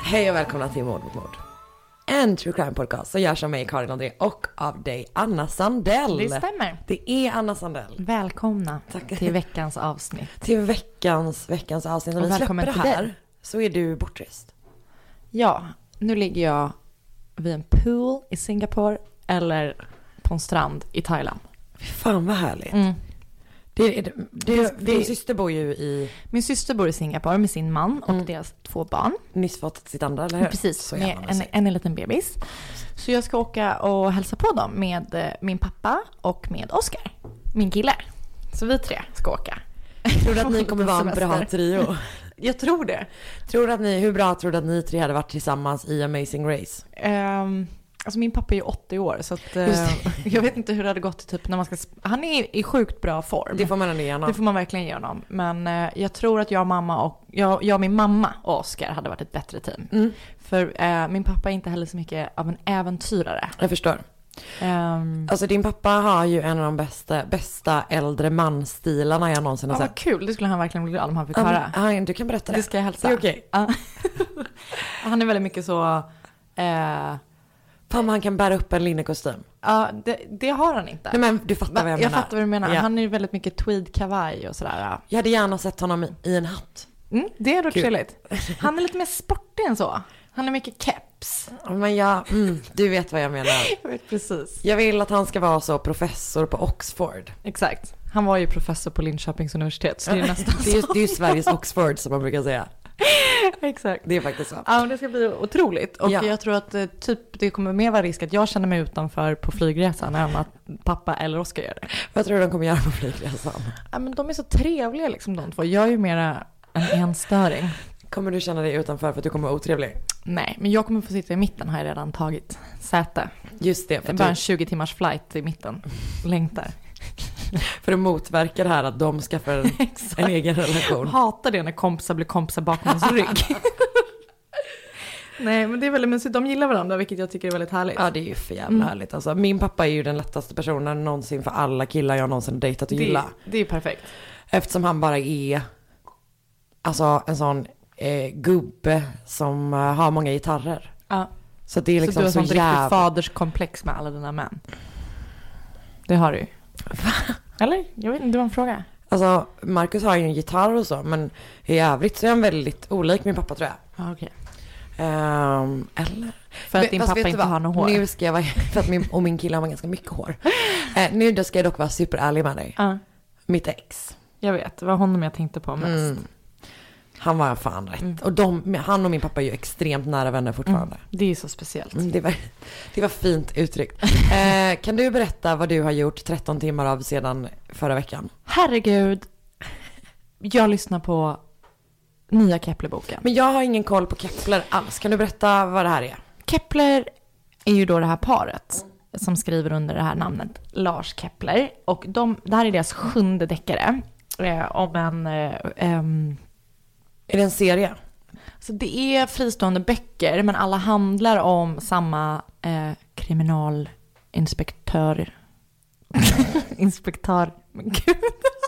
Hej och välkomna till Mord mot mord. En true crime podcast som görs av mig, Karin André, och av dig, Anna Sandell. Det stämmer. Det är Anna Sandell. Välkomna till veckans avsnitt. Till veckans avsnitt. När vi släpper det här så är du bortrest. Ja, nu ligger jag vid en pool i Singapore eller på en strand i Thailand. Fan vad härligt. Din syster bor ju i... Min syster bor i Singapore med sin man och deras 2 barn. Nyss fått sitt andra, eller hur? Precis, så med en liten bebis. Så jag ska åka och hälsa på dem med min pappa och med Oscar, min kille. Så vi 3 ska åka. Tror du att ni kommer vara en bra trio? Jag tror det. Hur bra tror du att ni 3 hade varit tillsammans i Amazing Race? Alltså min pappa är ju 80 år så att, jag vet inte hur det hade gått typ när man ska... Han är i sjukt bra form. Det får man ändå ge honom. Det får man verkligen ge honom. Men jag tror att jag, min mamma och Oscar hade varit ett bättre team. För min pappa är inte heller så mycket av en äventyrare. Jag förstår. Alltså din pappa har ju en av de bästa äldre manstilarna jag någonsin har sett. Vad kul, det skulle han verkligen bli glad om han fick höra. Du kan berätta det. Det ska jag hälsa. Det är okej. Han är väldigt mycket så... Fan, han kan bära upp en linnekostym. Ja, det har han inte. Nej, men du fattar vad jag menar. Jag fattar vad du menar. Ja. Han är ju väldigt mycket tweed-kavaj och sådär. Jag hade gärna sett honom i en hatt. Det är då trevligt. Han är lite mer sportig än så. Han är mycket keps. Men du vet vad jag menar. Jag vet precis. Jag vill att han ska vara så professor på Oxford. Exakt. Han var ju professor på Linköpings universitet. Så det är nästan det är ju Sveriges Oxford som man brukar säga. Exakt. Det är faktiskt så. Ja, det ska bli otroligt. Och jag tror att det kommer mer vara risk att jag känner mig utanför på flygresan än att pappa eller Oskar gör det. Vad tror du de kommer göra på flygresan? Ja, men de är så trevliga liksom de 2. Jag är ju mera en enstöring. Kommer du känna dig utanför för att du kommer vara otrevlig? Nej, men jag kommer få sitta i mitten, har jag redan tagit säte. Just det. För bara en 20 timmars flight i mitten. Längtar. För att motverka det här att de skaffar en egen relation. Hatar det när kompisar blir kompisar bakom ens rygg. Nej, men det är väldigt mysigt. De gillar varandra, vilket jag tycker är väldigt härligt. Ja, det är ju för jävla härligt. Alltså, min pappa är ju den lättaste personen någonsin för alla killar jag någonsin dejtat och gilla. Det är perfekt. Eftersom han bara är alltså en sån gubbe som har många gitarrer. Ja. Så det är liksom så du har sånt jävla... riktigt faderskomplex med alla dina män. Det har du ju. Eller? Jag vet inte, det var en fråga. Alltså, Marcus har ju en gitarr och så, men i övrigt så är han väldigt olik min pappa, tror jag. Ja, okej. Eller? För att din pappa inte har något hår. Nu ska jag vara, för att min kille har ganska mycket hår. Nu då ska jag dock vara superärlig med dig. Mitt ex. Jag vet, det var honom jag tänkte på mest. Han var fan rätt. Och han och min pappa är ju extremt nära vänner fortfarande. Det är ju så speciellt. Det var fint uttryckt. Kan du berätta vad du har gjort 13 timmar av sedan förra veckan? Herregud. Jag lyssnar på nya Kepler-boken. Men jag har ingen koll på Kepler alls. Kan du berätta vad det här är? Kepler är ju då det här paret som skriver under det här namnet Lars Kepler. Och det här är deras 7:e deckare. Om en... Är det en serie? Så det är fristående böcker, men alla handlar om samma kriminalinspektör. Inspektör. Men gud.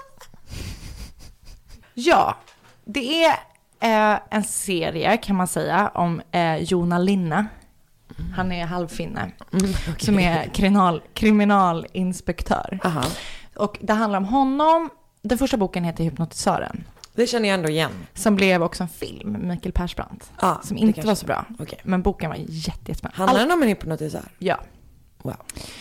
Ja, det är en serie kan man säga om Jona Linna. Han är halvfinne. Okay. Som är kriminalinspektör. Aha. Och det handlar om honom. Den första boken heter Hypnotisören. Det känner jag ändå igen. Som blev också en film med Mikael Persbrandt. Som inte var så bra. Okay. Men boken var jättespännande. Handlar den om en hypnotisör? Ja. Wow.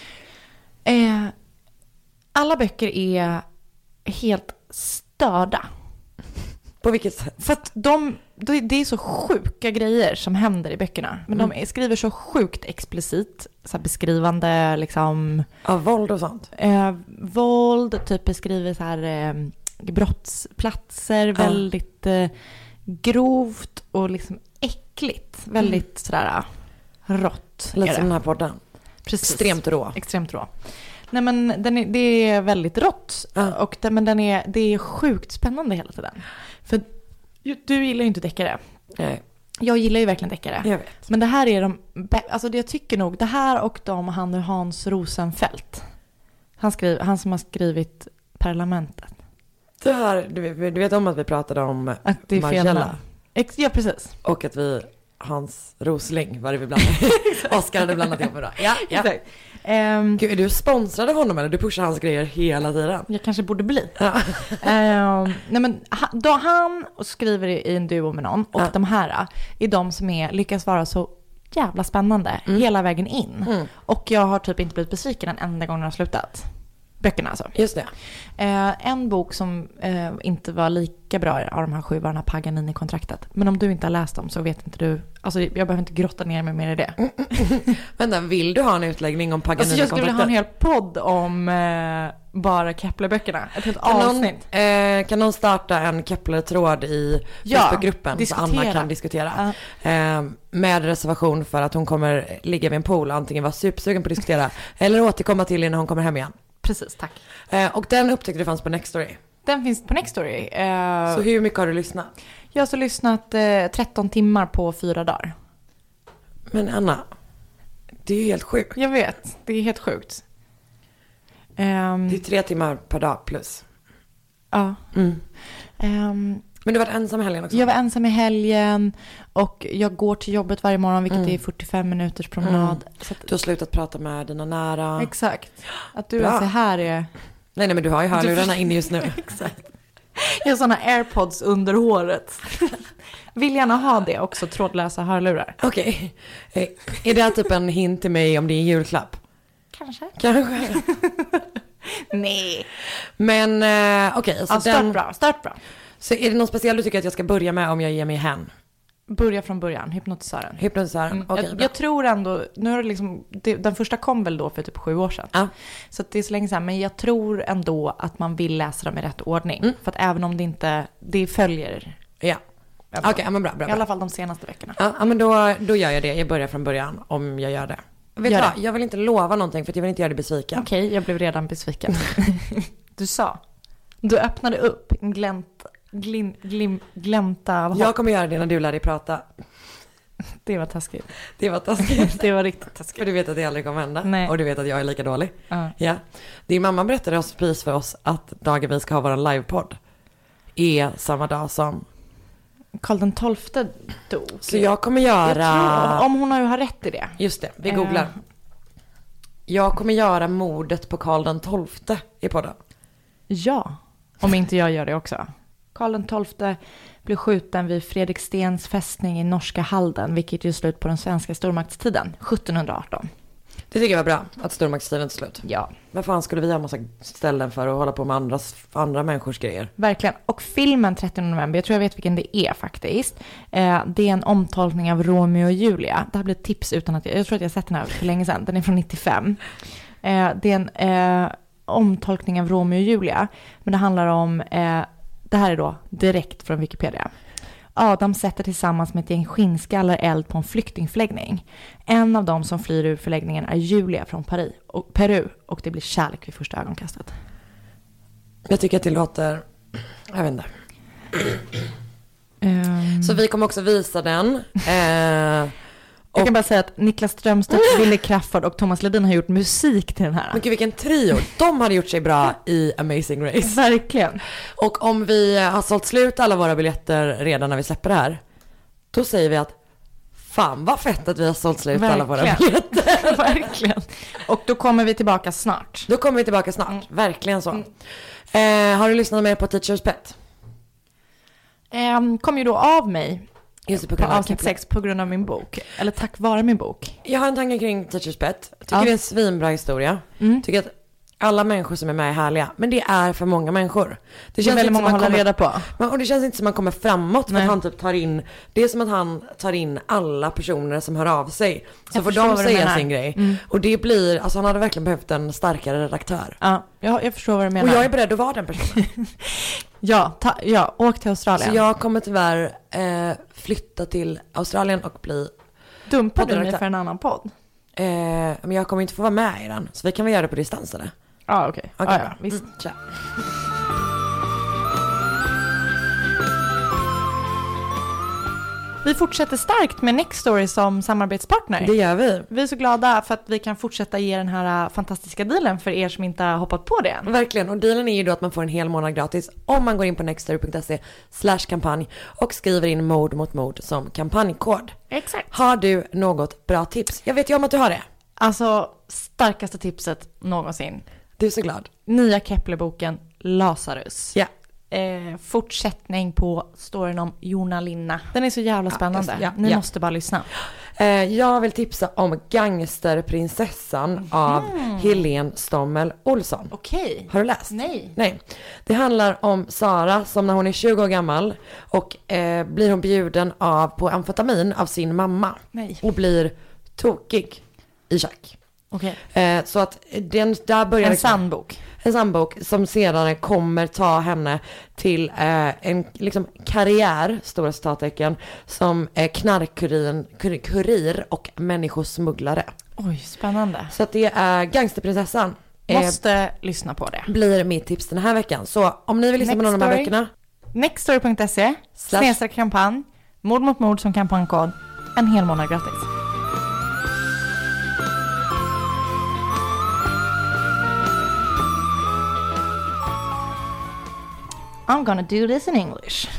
Alla böcker är helt störda. På vilket sätt? För att det är så sjuka grejer som händer i böckerna. Men de skriver så sjukt explicit. Så här beskrivande liksom... Av våld och sånt? Våld, typ beskriver så här... brottsplatser, väldigt grovt och liksom äckligt. Väldigt sådär rått. Lite som den här podden. Precis. Extremt rå. Nej, men det är väldigt rått. Och det är sjukt spännande hela tiden. För du gillar ju inte deckare. Nej. Jag gillar ju verkligen deckare. Jag vet. Men det här är alltså det jag tycker nog, det här och Hans Rosenfeldt. Han som har skrivit Parlamentet. Det här, du vet om att vi pratade om att det är Marcella. Ja, precis. Och att vi Hans Rosling var det vi blandade. Oscar hade blandat ihop idag. Ja. Exakt. Gud, är du sponsrad av honom eller? Du pushar hans grejer hela tiden. Jag kanske borde bli. Ja. Nej, men då han skriver i en duo med någon och de här är de som lyckas vara så jävla spännande hela vägen in. Och jag har typ inte blivit besviken en enda gång när jag har slutat. Böckerna alltså. Just det. En bok som inte var lika bra av de här 7 var den här Paganini-kontraktet. Men om du inte har läst dem så vet inte du. Alltså jag behöver inte grotta ner mig mer i det. Vänta, vill du ha en utläggning om Paganini-kontraktet? Alltså jag skulle vilja ha en hel podd om bara Kepler-böckerna. Ett helt avsnitt. Kan någon starta en Kepler-tråd i Facebookgruppen så Anna kan diskutera? Med reservation för att hon kommer ligga vid en pool, antingen vara supersugen på att diskutera eller återkomma till när hon kommer hem igen. Precis, tack. Och den upptäckte du fanns på Nextory. Den finns på Nextory. Så hur mycket har du lyssnat? Jag har så lyssnat 13 timmar på 4 dagar. Men Anna, det är ju helt sjukt. Jag vet, det är helt sjukt. Det är 3 timmar per dag plus. Ja. Men du var ensam i helgen också? Jag var ensam i helgen och jag går till jobbet varje morgon, vilket är 45 minuters promenad. Så att... Du har slutat prata med dina nära. Exakt. Att du är så här är... Nej, men du har ju hörlurarna inne just nu. Exakt. Jag har såna AirPods under håret. Vill gärna ha det också, trådlösa hörlurar. Okej. Är det typ en hint till mig om din julklapp? Kanske. Nej. Men okej. Så start bra. Så är det något speciellt du tycker att jag ska börja med om jag ger mig hän? Börja från början, hypnotisören. Okej, jag tror ändå, nu är det liksom, den första kom väl då för typ 7 år sedan. Ja. Så att det är så länge sedan, men jag tror ändå att man vill läsa dem i rätt ordning. För att även om det följer. Ja. Okej, men bra. I alla fall de senaste veckorna. Ja, men då gör jag det. Jag börjar från början om jag gör det. Vet du vad? Jag vill inte lova någonting för att jag vill inte göra dig besviken. Okej, jag blev redan besviken. Du öppnade upp en glänta av hopp. Jag kommer göra det när du lär dig prata. Det var taskigt. Det var riktigt taskigt. För du vet att det aldrig kommer hända. Nej. Och du vet att jag är lika dålig. Ja. Din mamma berättade precis för oss att dagen vi ska ha vår livepodd är samma dag som Karl den 12 dog. Så jag kommer göra... om hon har rätt i det. Just det, vi googlar. Jag kommer göra mordet på Karl den 12 i podden. Ja, om inte jag gör det också. Karl den 12 blev skjuten vid Fredrikstens fästning i norska Halden, vilket är slut på den svenska stormaktstiden, 1718. Det tycker jag var bra, att stormaktstiden är slut. Ja. Vad fan skulle vi ha massa ställen för att hålla på med andra människors grejer? Verkligen. Och filmen 30 november, jag tror jag vet vilken det är faktiskt. Det är en omtolkning av Romeo och Julia. Det här blir ett tips utan att jag tror att jag sett den här för länge sedan. Den är från 95. Det är en omtolkning av Romeo och Julia. Men det handlar om, det här är då direkt från Wikipedia. Adam sätter tillsammans med ett gäng skinnskallar eld på en flyktingförläggning. En av dem som flyr ur förläggningen är Julia från Peru. Och det blir kärlek vid första ögonkastet. Jag tycker att det låter... Jag vet inte. Så vi kommer också visa den. Jag kan bara säga att Niklas Strömstedt, Wille Crafoord och Thomas Ledin har gjort musik till den här. Men gud, vilken trio. De hade gjort sig bra i Amazing Race. Verkligen. Och om vi har sålt slut alla våra biljetter redan när vi släpper det här, då säger vi att fan vad fett att vi har sålt slut alla våra biljetter. Verkligen. Och då kommer vi tillbaka snart. Verkligen så. Har du lyssnat mer på Teacher's Pet? Kom ju då av mig. Just det, på avsnitt 6 på grund av min bok. Eller tack vare min bok. Jag har en tanke kring Teacher's Pet. Tycker det är en svinbra historia. Tycker att alla människor som är med är härliga. Men det är för många människor. Det känns väldigt många att hålla reda på. Och det känns inte som man kommer framåt. För att han typ tar in... Det är som att han tar in alla personer som hör av sig. Så får de säga sin grej. Och det blir... Alltså han hade verkligen behövt en starkare redaktör. Ja, jag förstår vad du menar. Och jag är beredd att vara den personen. Åk till Australien. Så jag kommer tyvärr flytta till Australien och bli... Dumpar du mig för en annan podd? Men jag kommer inte få vara med i den. Så vi kan väl göra det på distans eller? Ja, okej. Ja, visst. Tja. Vi fortsätter starkt med Nextory som samarbetspartner. Det gör vi. Vi är så glada för att vi kan fortsätta ge den här fantastiska dealen för er som inte har hoppat på det än. Verkligen, och dealen är ju då att man får en hel månad gratis om man går in på nextory.se/kampanj och skriver in mord mot mord som kampanjkod. Exakt. Har du något bra tips? Jag vet ju om att du har det. Alltså, starkaste tipset någonsin. Du är så glad. Nya Kepler-boken Lazarus. Ja. Fortsättning på storyn om Jona Linna. Den är så jävla spännande. Ni måste bara lyssna. Jag vill tipsa om Gangsterprinsessan av Helene Stommel Olsson. Okej. Har du läst? Nej. Det handlar om Sara som när hon är 20 år gammal och blir hon bjuden på amfetamin av sin mamma. Nej. Och blir tokig i Jack. Okej. Så att där börjar en sann bok. En sann bok som sedan kommer ta henne till en liksom karriär, stora citattecken, som knarkkurir och människosmugglare. Oj, spännande. Så att det är Gangsterprinsessan. Måste lyssna på det. Blir mitt tips den här veckan. Så om ni vill lyssna på någon av de här böckerna. Nextory.se/kampanj. Mord mot mord som kampanjkod. En hel månad gratis. I'm gonna do this in English.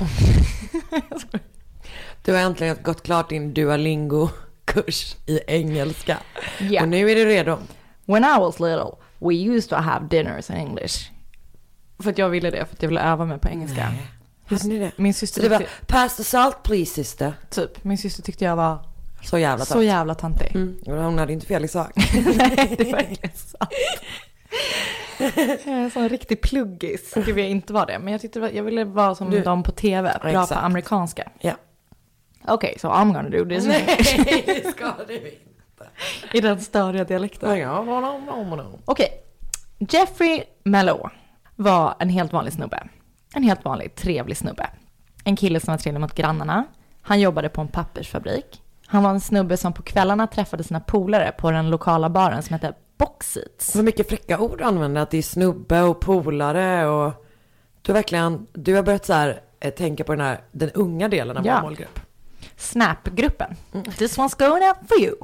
Du har äntligen gått klart din Duolingo-kurs i engelska. Yeah. Och nu är du redo. When I was little, we used to have dinners in English. För att jag ville det, för att jag ville öva mig på engelska. Nej. Hade ni det? Min syster... Så det var, pass the salt please, sister. Typ, min syster tyckte jag var så jävla tantig. Hon hade inte fel i sak. Nej, det var verkligen sant. Jag är så en riktig pluggis. Jag vill inte vara det. Men jag tyckte jag ville vara som de på tv. Bra på amerikanska. Ja. Okej, so I'm gonna do this. Nej, det ska du inte. I den störiga dialekten. Ja, Okej. Jeffrey Malot var en helt vanlig snubbe. En helt vanlig, trevlig snubbe. En kille som var trevlig mot grannarna. Han jobbade på en pappersfabrik. Han var en snubbe som på kvällarna träffade sina polare på den lokala baren som hette Boxseats. Så mycket fräcka ord använder, att det är snubbe och polare och du har börjat så här tänka på den unga delen av vår målgrupp. Snap-gruppen. This one's going out for you.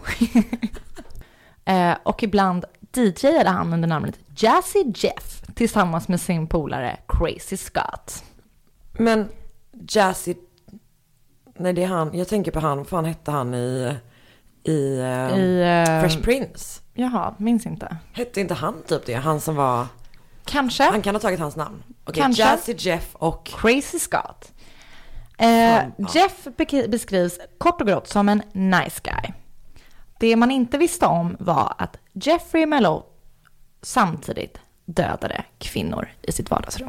Och ibland DJade han under namnet Jazzy Jeff tillsammans med sin polare Crazy Scott. Men Jazzy, nej det är han, jag tänker på han, vad fan hette han i Fresh Prince? Jaha, minns inte. Hette inte han typ det? Han som var... Kanske. Han kan ha tagit hans namn. Okej, kanske. Jazzy Jeff och... Crazy Scott. Jeff beskrivs kort och gott som en nice guy. Det man inte visste om var att Jeffrey Malot samtidigt dödade kvinnor i sitt vardagsrum.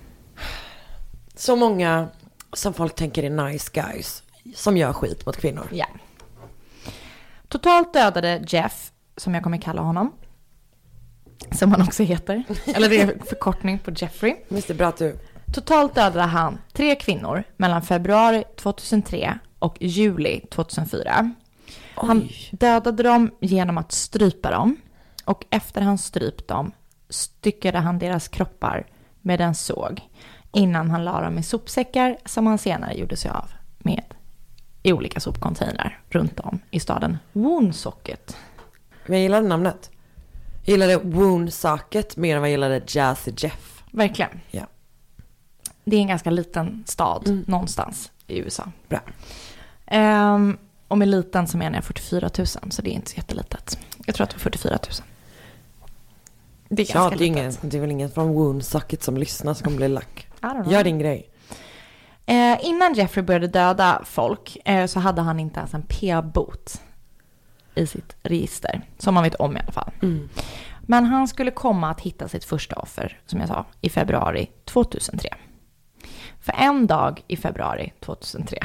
Så många som folk tänker är nice guys som gör skit mot kvinnor. Ja. Totalt dödade Jeff, som jag kommer kalla honom, som han också heter, eller det är förkortning på Jeffrey. Visst är det bra att du... Totalt dödade han 3 kvinnor mellan februari 2003 och juli 2004. Oj. Han dödade dem genom att strypa dem. Och efter han strypt dem styckade han deras kroppar med en såg innan han la dem i sopsäckar som han senare gjorde sig av med i olika sopcontainrar runt om i staden Woonsocket. Men jag gillade namnet. Jag gillade Woonsocket mer än vad jag gillade Jazzy Jeff. Verkligen. Ja. Det är en ganska liten stad någonstans i USA. Bra. Och med liten så menar jag 44 000, så det är inte så jättelitet. Jag tror att det var 44 000. Det är ganska litet. Det är väl ingen från Woonsocket som lyssnar som kommer bli lack. Gör Gör din grej. Innan Jeffrey började döda folk så hade han inte ens en p-bot i sitt register. Som man vet om i alla fall. Mm. Men han skulle komma att hitta sitt första offer, som jag sa, i februari 2003. För en dag i februari 2003.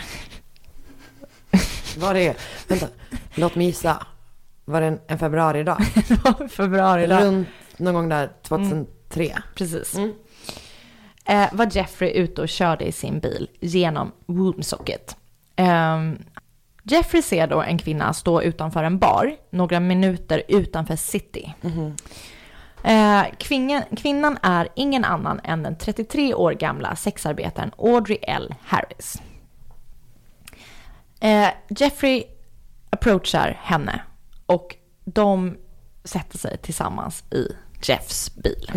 Var det? Vänta, låt mig gissa. Var det en februaridag? Februaridag. Runt någon gång där 2003. Precis. Var Jeffrey ute och körde i sin bil genom Woonsocket. Jeffrey ser då en kvinna stå utanför en bar några minuter utanför city. Kvinnan är ingen annan än den 33 år gamla sexarbetaren Audrey L. Harris. Jeffrey approachar henne och de sätter sig tillsammans i Jeffs bil.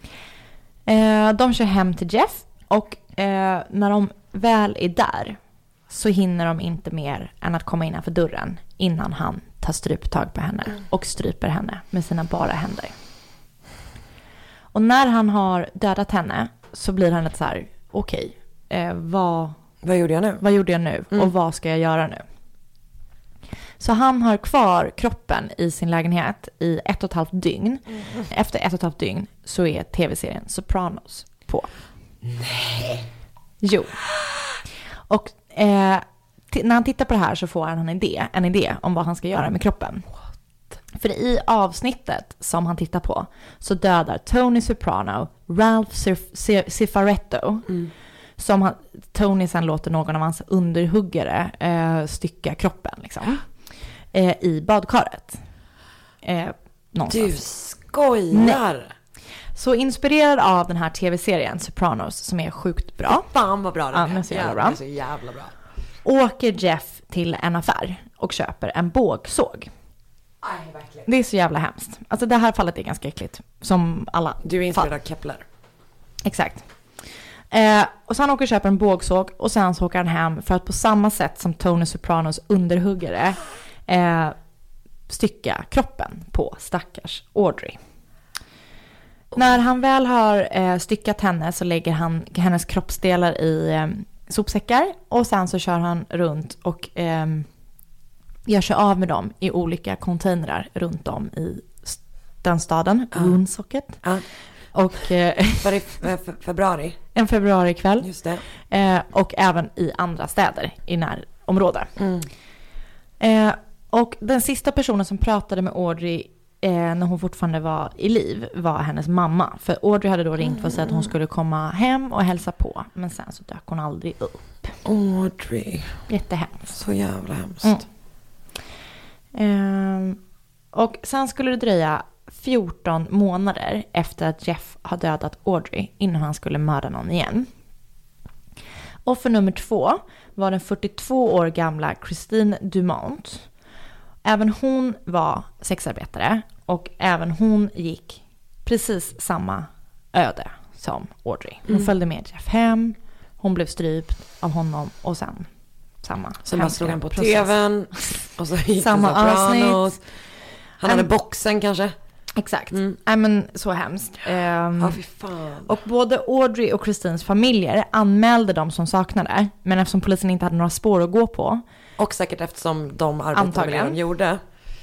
De kör hem till Jeff och när de väl är där så hinner de inte mer än att komma innanför dörren innan han tar stryptag på henne och stryper henne med sina bara händer. Och när han har dödat henne så blir han lite så här: okej, vad gjorde jag nu? Vad gjorde jag nu? Och vad ska jag göra nu? Så han har kvar kroppen i sin lägenhet i 1,5 dygn. Efter 1,5 dygn så är tv-serien Sopranos på. Nej. Jo. Och när han tittar på det här så får han en idé om vad han ska göra med kroppen. För i avsnittet som han tittar på så dödar Tony Soprano Ralph Cifaretto. Som Tony sen låter någon av hans underhuggare stycka kroppen liksom, i badkaret. Någonstans. Du skojar! Nej. Så inspirerad av den här tv-serien Sopranos som är sjukt bra. Fan vad bra den är. Så jävla bra. Det är så jävla bra. Åker Jeff till en affär och köper en bågsåg. Aj, verkligen. Det är så jävla hemskt. Alltså det här fallet är ganska äckligt. Som alla. Du är inspirerad av Kepler. Exakt. Och så han åker och köper en bågsåg och sen så åker han hem för att på samma sätt som Tony Sopranos underhuggare stycka kroppen på stackars Audrey. När han väl har styckat henne så lägger han hennes kroppsdelar i sopsäckar och sen så kör han runt och gör sig av med dem i olika containrar runt om i den staden, Woonsocket. Och var det februari? En februarikväll. Just det. Och även i andra städer i närområdet. Och den sista personen som pratade med Audrey när hon fortfarande var i liv var hennes mamma. För Audrey hade då ringt för att säga att hon skulle komma hem och hälsa på. Men sen så dök hon aldrig upp. Audrey. Jättehemskt. Så jävla hemskt. Och sen skulle det dröja 14 månader efter att Jeff har dödat Audrey innan han skulle mörda någon igen. Offer nummer 2 var den 42 år gamla Christine Dumont. Även hon var sexarbetare och även hon gick precis samma öde som Audrey. Hon följde med Jeff hem, hon blev strypt av honom och sen samma. Så man slog han på tvn och så gick samma avsnitt. Han hade boxen kanske. Exakt. Men så hemskt. Fy fan. Och både Audrey och Christines familjer anmälde dem som saknade. Men eftersom polisen inte hade några spår att gå på. Och säkert eftersom de arbetade med det de gjorde.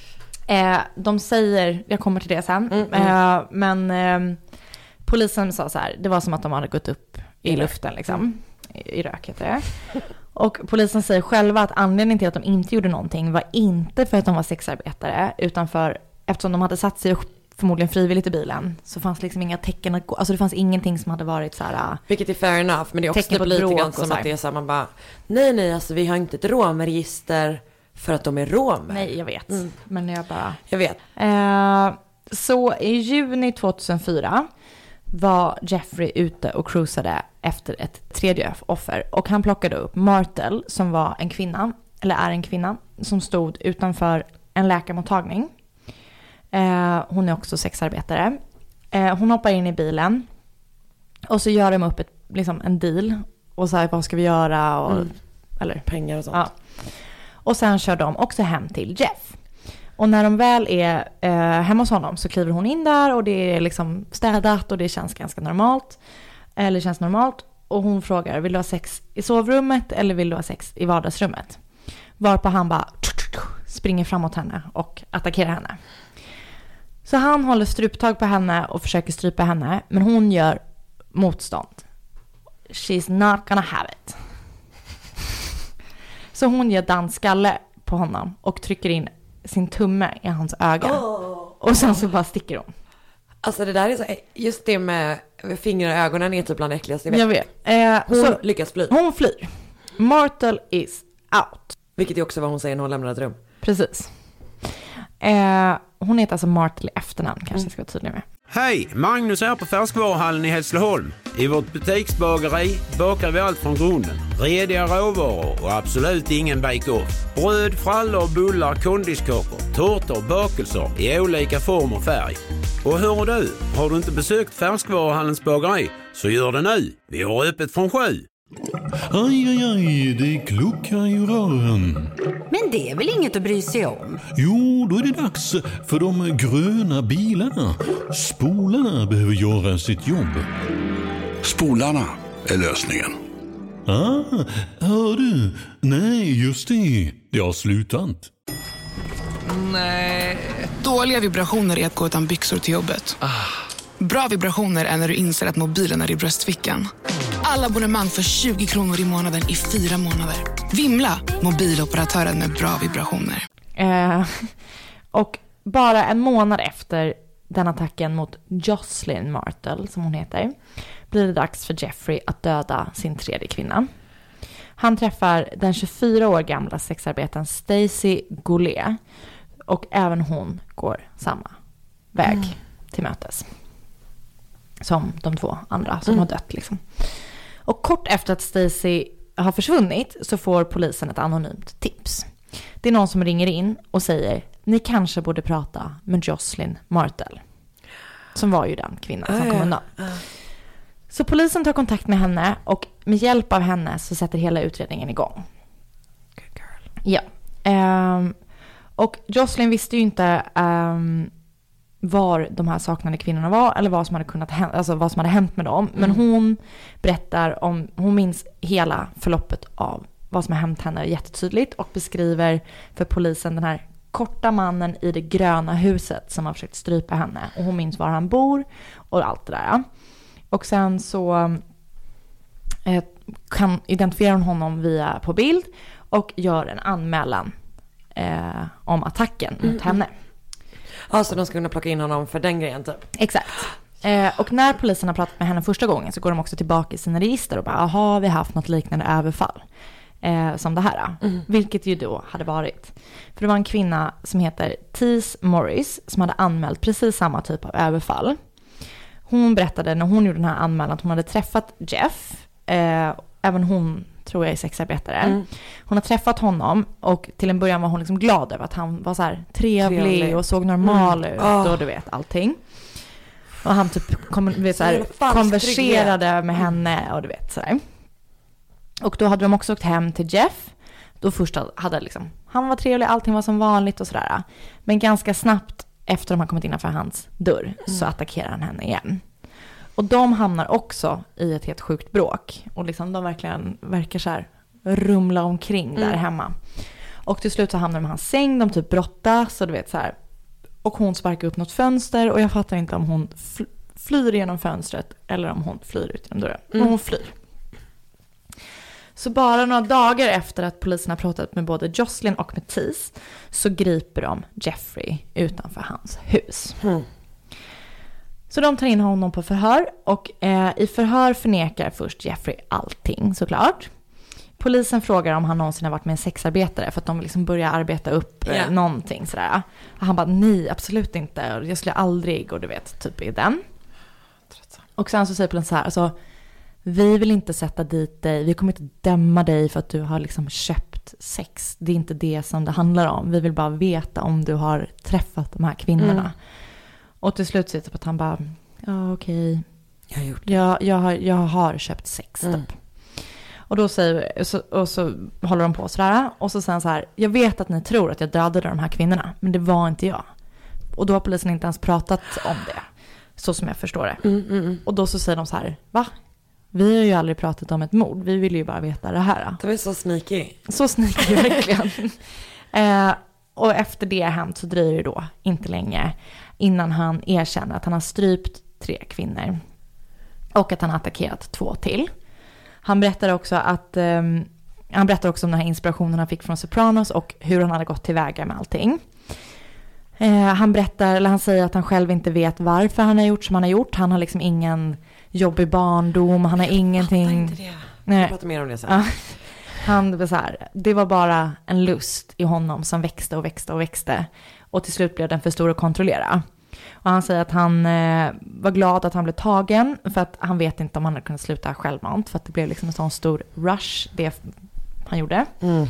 De säger, jag kommer till det sen. Men polisen sa så här, det var som att de hade gått upp i luften liksom. I rök heter det. Och polisen säger själva att anledningen till att de inte gjorde någonting var inte för att de var sexarbetare. Utan för, eftersom de hade satt sig förmodligen frivilligt i bilen, så fanns liksom inga tecken att gå. Alltså det fanns ingenting som hade varit så här. Vilket är fair enough, men det är också lite grann som att det är så här, man bara, nej, alltså vi har inte ett romregister för att de är romer. Nej, jag vet. Men jag vet. Så i juni 2004 var Jeffrey ute och cruisade efter ett tredje offer. Och han plockade upp Martel som var en kvinna, eller är en kvinna, som stod utanför en läkarmottagning. Hon är också sexarbetare. Hon hoppar in i bilen och så gör de upp en deal och säger vad ska vi göra och, eller pengar och sånt. Ja. Och sen kör de också hem till Jeff. Och när de väl är hemma hos honom så kliver hon in där och det är liksom städat och det känns ganska normalt. Eller känns normalt. Och hon frågar, vill du ha sex i sovrummet eller vill du ha sex i vardagsrummet? Varpå han bara springer framåt henne och attackerar henne. Så han håller struptag på henne och försöker strypa henne. Men hon gör motstånd. She's not gonna have it. Så hon ger dansskalle på honom och trycker in sin tumme i hans öga. Och sen så bara sticker hon. Alltså det där är så, just det med fingrar och ögonen är typ bland det äckligaste jag vet. Hon så lyckas fly. Hon flyr. Martel is out. Vilket är också vad hon säger när hon lämnar ett rum. Precis. Hon heter alltså Martel i efternamn, kanske jag ska vara tydlig med. Hej, Magnus är på Färskvaruhallen i Hässleholm. I vårt butiksbageri bakar vi allt från grunden. Rediga råvaror och absolut ingen bake-off. Bröd, frallor och bullar, kondiskakor, tårtor och bakelser i olika form och färg. Och hör du, har du inte besökt Färskvaruhallens bageri så gör det nu. Vi har öppet från 7. Aj, det kluckar i rören. Men det är väl inget att bry sig om? Jo, då är det dags för de gröna bilarna. Spolarna behöver göra sitt jobb. Spolarna är lösningen. Hör du? Nej, just det. Det har slutat. Nej. Dåliga vibrationer är att gå utan byxor till jobbet. Bra vibrationer är när du inser att mobilen är i bröstfickan. Alla abonnemang för 20 kronor i månaden i 4 månader. Vimla, mobiloperatören med bra vibrationer. Och bara en månad efter den attacken mot Jocelyn Martel, som hon heter, blir det dags för Jeffrey att döda sin tredje kvinna. Han träffar den 24 år gamla sexarbetaren Stacy Goulet. Och även hon går samma väg till mötes som de 2 andra som har dött liksom. Och kort efter att Stacy har försvunnit så får polisen ett anonymt tips. Det är någon som ringer in och säger: ni kanske borde prata med Jocelyn Martel, som var ju den kvinna som kom undan. Så polisen tar kontakt med henne och med hjälp av henne så sätter hela utredningen igång. Good girl. Ja. Och Jocelyn visste ju inte var de här saknade kvinnorna var eller vad som hade kunnat hända, alltså vad som hade hänt med dem. Men hon berättar om, hon minns hela förloppet av vad som har hänt henne jättetydligt och beskriver för polisen den här korta mannen i det gröna huset som har försökt strypa henne. Och hon minns var han bor och allt det där. Och sen så kan identifiera hon honom på bild och gör en anmälan om attacken mot henne. Ja, så de ska kunna plocka in honom för den grejen typ. Exakt. Och när polisen har pratat med henne första gången så går de också tillbaka i sina register och bara, har vi haft något liknande överfall som det här? Vilket ju då hade varit. För det var en kvinna som heter Tess Morris som hade anmält precis samma typ av överfall. Hon berättade när hon gjorde den här anmälan att hon hade träffat Jeff. Även hon tror jag är sexarbetare. Hon har träffat honom och till en början var hon liksom glad över att han var så här trevlig och såg normal ut och du vet allting. Och han typ konverserade med henne och du vet sådär. Och då hade de också åkt hem till Jeff. Då först hade liksom, han var trevlig, allting var som vanligt och sådär. Men ganska snabbt efter de har kommit innanför hans dörr så attackerar han henne igen. Och de hamnar också i ett helt sjukt bråk. Och liksom de verkar så här rumla omkring där hemma. Och till slut så hamnar de i hans säng. De typ brottas och du vet så här. Och hon sparkar upp något fönster. Och jag fattar inte om hon flyr genom fönstret eller om hon flyr ut genom dörren. Men hon flyr. Så bara några dagar efter att polisen har pratat med både Jocelyn och med Tess så griper de Jeffrey utanför hans hus. Så de tar in honom på förhör och i förhör förnekar först Jeffrey allting såklart. Polisen frågar om han någonsin har varit med en sexarbetare för att de liksom börjar arbeta upp någonting sådär. Och han bara, nej absolut inte, jag skulle aldrig, och du vet, typ i den. Och sen så säger polisen så här, alltså, vi vill inte sätta dit dig, vi kommer inte döma dig för att du har liksom köpt sex. Det är inte det som det handlar om. Vi vill bara veta om du har träffat de här kvinnorna. Och till slut sitter på att han bara, ja okej. Jag har köpt sex typ. Och då så håller de på sådär. Och så säger han så här, jag vet att ni tror att jag dödade de här kvinnorna, men det var inte jag. Och då har polisen inte ens pratat om det. Så som jag förstår det. Och då så säger de så här, va? Vi har ju aldrig pratat om ett mord. Vi vill ju bara veta det här. Det var så sneaky. Så sneaky verkligen. Och efter det hänt så dröjer det då inte länge innan han erkänner att han har strypt 3 kvinnor. Och att han har attackerat 2 till. Han berättar också om den här inspirationen han fick från Sopranos och hur han hade gått tillväga med allting. Han säger att han själv inte vet varför han har gjort som han har gjort. Han har liksom ingen jobbig barndom, han har ingenting. Inte det. Nej. Jag pratar mer om det sen. Det var bara en lust i honom som växte och växte och växte. Och till slut blev den för stor att kontrollera. Och Och han säger att han var glad att han blev tagen för att han vet inte om han hade kunnat sluta självmant för att det blev liksom en sån stor rush det han gjorde.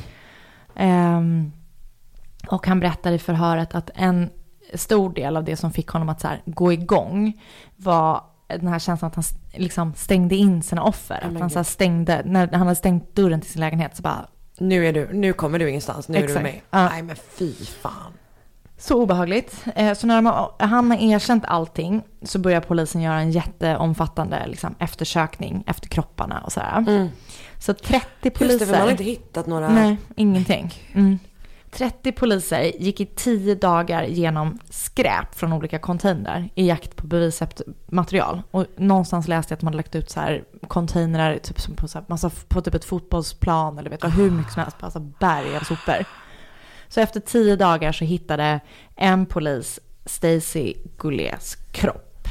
Och han berättade i förhöret att en stor del av det som fick honom att så här gå igång var den här känslan att han liksom stängde in sina offer. Att han så här stängde, när han hade stängt dörren till sin lägenhet så bara... Nu kommer du ingenstans, nu är du med. Nej men fy fan. Så obehagligt. Så när han har erkänt allting så börjar polisen göra en jätteomfattande liksom, eftersökning efter kropparna och sådär. Så 30 poliser... Just det, för man har inte hittat några... Nej, ingenting. 30 poliser gick i 10 dagar genom skräp från olika containrar i jakt på bevismaterial. Och någonstans läste jag att man hade lagt ut så här containrar typ som på, så här, massa, på typ ett fotbollsplan eller vet du, hur mycket som helst, alltså berg av sopor. Så efter 10 dagar så hittade en polis Stacy Goulets kropp.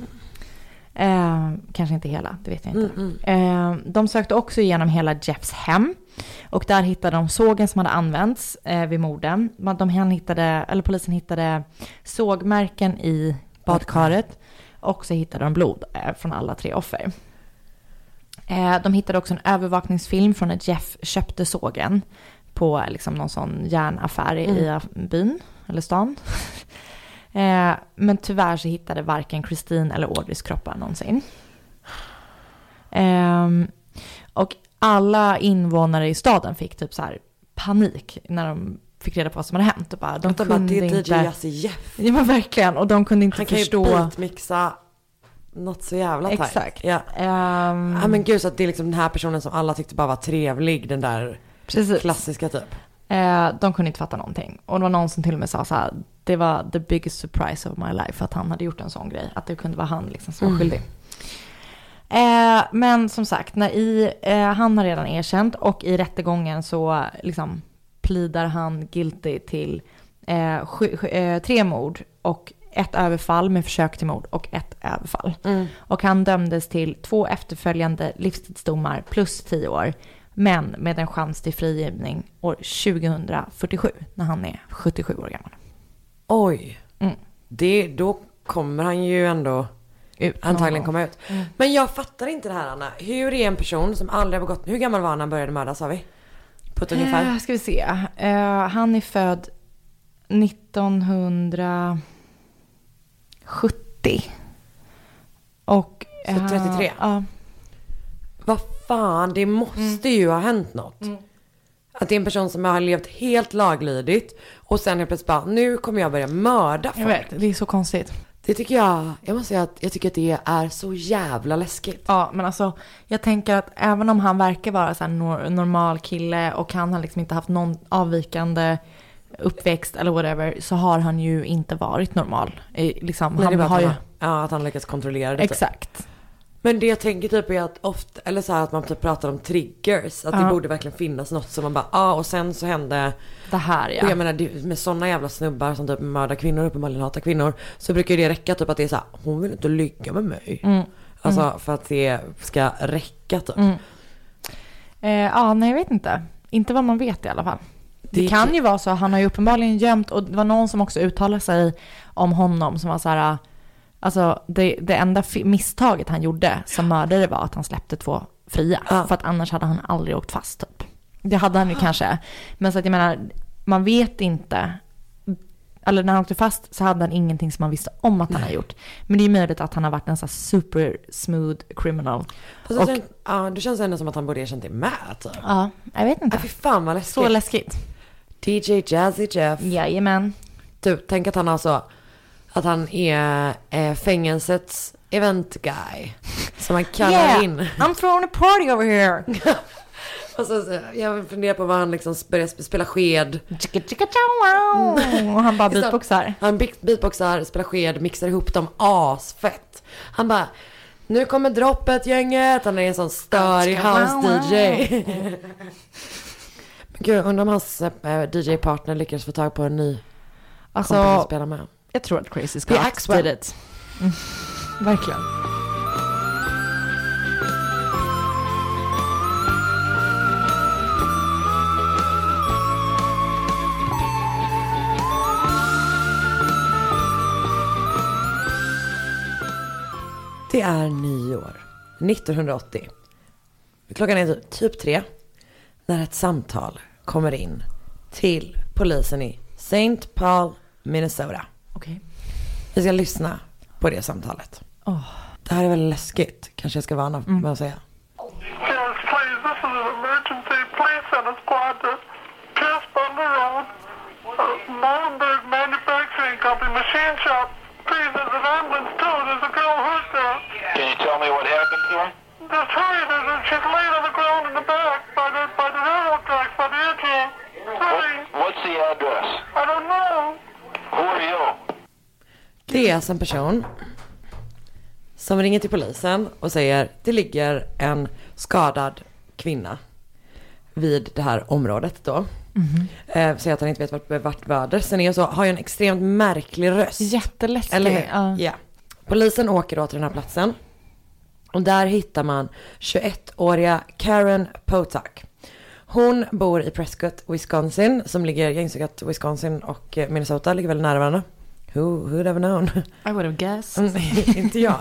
Kanske inte hela, det vet jag inte. De sökte också igenom hela Jeffs hem. Och där hittade de sågen som hade använts vid morden. Polisen hittade sågmärken i badkaret. Och så hittade de blod från alla 3 offer. De hittade också en övervakningsfilm från när Jeff köpte sågen på liksom någon sån järnaffär i byn eller stan. Men tyvärr så hittade varken Christine eller Audreys kroppar någonsin. Och alla invånare i staden fick typ så här panik när de fick reda på vad som hade hänt. Och bara, de kunde inte... Jeff. Ja, men verkligen. Och de kunde inte förstå... Han kan ju beatmixa något så jävla tajt. Exakt. Ja. Men gud, så att det är liksom den här personen som alla tyckte bara var trevlig. Den där klassiska typ. De kunde inte fatta någonting. Och det var någon som till och med sa så här: det var the biggest surprise of my life att han hade gjort en sån grej. Att det kunde vara han liksom som var skyldig. Men som sagt, han har redan erkänt och i rättegången så liksom plidar han guilty till 3 mord och 1 överfall med försök till mord och 1 överfall. Och han dömdes till 2 efterföljande livstidsdomar plus 10 år, men med en chans till frigivning år 2047 när han är 77 år gammal. Oj, då kommer han ju ändå antagligen komma ut. Men jag fattar inte det här, Anna. Hur är en person som aldrig har begått... Hur gammal var han när han började mörda, sa vi? På ett ungefär. Ska vi se. Han är född 1970. Och... Så 33? Ja. Vad fan, det måste ju ha hänt något. Att det är en person som har levt helt laglydigt och sen helt plötsligt bara, nu kommer jag börja mörda folk. Jag vet, det är så konstigt. Det tycker jag måste säga att jag tycker att det är så jävla läskigt. Ja, men alltså jag tänker att även om han verkar vara så här normal kille och han har liksom inte haft någon avvikande uppväxt eller whatever, så har han ju inte varit normal. Liksom, nej, han har ju... att han lyckas kontrollera det. Exakt. Typ. Men det jag tänker typ är att ofta, eller så här att man typ pratar om triggers, att det borde verkligen finnas något som man bara, och sen så hände det här, ja. Och jag menar, med sådana jävla snubbar som typ mördar kvinnor, uppenbarligen hatar kvinnor, så brukar det räcka typ att det är så här, hon vill inte ligga med mig. Alltså för att det ska räcka typ. Nej, jag vet inte. Inte vad man vet i alla fall. Det kan ju vara så, han har ju uppenbarligen gömt, och det var någon som också uttalade sig om honom som var så här, alltså det enda misstaget han gjorde som mördare var att han släppte 2 fria. För att annars hade han aldrig åkt fast typ. Det hade han ju kanske. Men så att jag menar, man vet inte. Eller när han åkte fast så hade han ingenting som man visste om att han har gjort. Men det är möjligt att han har varit en så här super smooth criminal. Och, det känns ändå som att han borde erkänt det med typ. Ja, jag vet inte. Fy fan vad läskigt. Så läskigt. DJ Jazzy Jeff. Jajamän. Du, tänk att han alltså, att han är fängelsets event guy. Som man kallar in. I'm throwing a party over here. Och så, jag funderar på vad han liksom börjar spela sked. Och han bara beatboxar. Han beatboxar, spelar sked, mixar ihop dem asfett. Han bara, nu kommer droppet gänget. Han är en sån störig house-DJ. Men gud, undrar om hans DJ-partner lyckades få tag på en ny kompis att spela med. Jag tror att Crazy Scott did it. Verkligen. Det är nyår 1980. Klockan är typ 3 när ett samtal kommer in till polisen i St. Paul, Minnesota. Okej. Vi ska lyssna på det samtalet. Det här är väldigt läskigt. Kanske jag ska varna med att säga. Yes, please. This is an emergency. Please send a squad to Pierce Butler Road, Molenberg Manufacturing Company, machine shop. Please, there's an ambulance too. There's a girl hurt there. Can you tell me what happened to her? Just hurry. She's laying on the ground in the back by the railroad tracks by the entrance. Hurry. What's the address? I don't know. Who are you? Det är alltså en person som ringer till polisen och säger det ligger en skadad kvinna vid det här området då. Säger att han inte vet vart adressen är och så har ju en extremt märklig röst. Jätteläskig. Eller hur? Ja. Polisen åker då till den här platsen och där hittar man 21-åriga Karen Potak. Hon bor i Prescott, Wisconsin, som ligger, jag insåg att Wisconsin och Minnesota ligger väldigt nära varandra. Who'd have known? I would have guessed. Inte jag.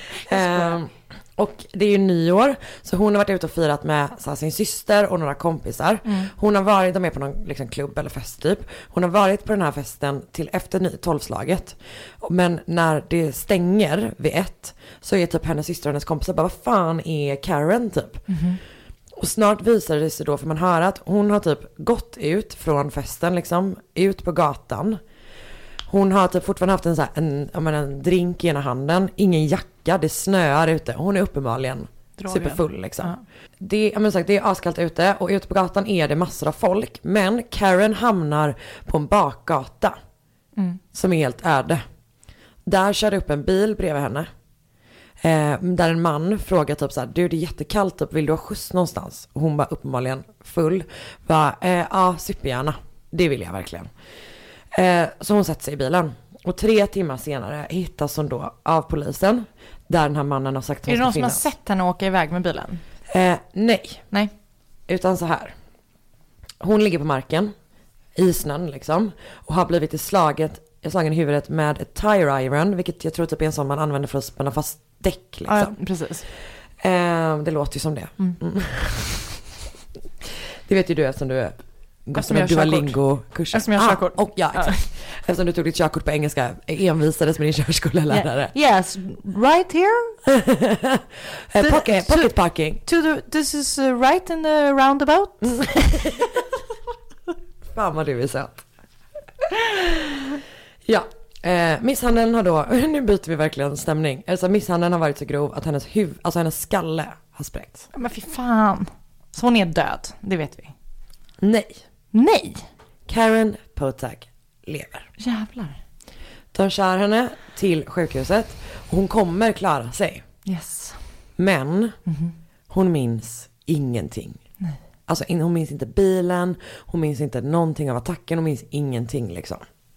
Och det är ju nyår, så hon har varit ute och firat med sin syster och några kompisar. Hon har varit, de är på någon liksom, klubb eller fest typ. Hon har varit på den här festen till efter 12-slaget. Men när det stänger vid 1 så är typ hennes syster och hennes kompisar bara, vad fan är Karen typ? Och snart visar det sig då, för man hör att hon har typ gått ut från festen liksom, ut på gatan. Hon har typ fortfarande haft en drink i ena handen, ingen jacka, det snöar ute. Hon är uppenbarligen superfull liksom. Ja. Det är askallt ute och ute på gatan är det massor av folk. Men Karen hamnar på en bakgata som är helt öde. Där kör upp en bil bredvid henne. Där en man frågar typ såhär, du det är jättekallt typ, vill du ha skjuts någonstans? Och hon var uppenbarligen full. Ja, supergärna. Det vill jag verkligen. Så hon sätter sig i bilen. Och 3 timmar senare hittas hon då av polisen. Där den här mannen har sagt att hon ska finnas. Är det någon som har sett henne åka iväg med bilen? Nej. Utan så här. Hon ligger på marken i snön liksom. Och har blivit slagen i huvudet med ett tire iron. Vilket jag tror typ är en sån man använder för att spänna fast däck liksom. Ja, precis. Det låter ju som det. Det vet ju du eftersom du är eftersom jag Duolingo-kursen. Eftersom jag har körkort. Och ja, exakt. Eftersom du tog ditt körkort på engelska, envisades med din körskolelärare. Yes, right here. Pocket parking. This is right in the roundabout. Fan vad du är söt. Ja, misshandeln har då, nu byter vi verkligen stämning. Alltså misshandeln har varit så grov att hennes skalle har spräckts. Men fy fan. Så hon är död, det vet vi. Nej. Karen Potak lever. Jävlar. De kör henne till sjukhuset och hon kommer klara sig. Yes. Men hon minns ingenting. Nej. Alltså hon minns inte bilen, hon minns inte någonting av attacken, hon minns ingenting liksom.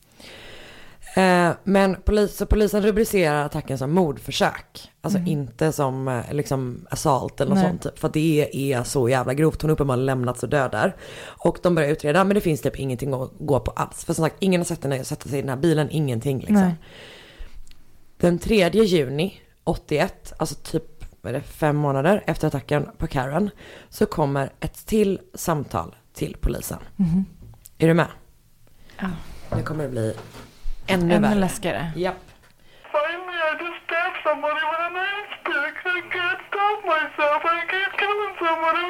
Men polisen rubricerar attacken som mordförsök. Alltså inte som liksom assault eller något sånt typ. För det är så jävla grovt. Hon uppenbarligen lämnats och död där. Och de börjar utreda, men det finns typ ingenting att gå på alls. För som sagt, ingen har sett henne sätta sig i den här bilen, ingenting liksom. Nej. Den 3 juni 81, alltså typ 5 månader efter attacken på Karen, så kommer ett till samtal till polisen. Är du med? Ja. Nu kommer det bli ännu värre. Läskigare. Japp. Finally, I just stabbed somebody with an ice pick. I can't stop myself. I keep killing somebody.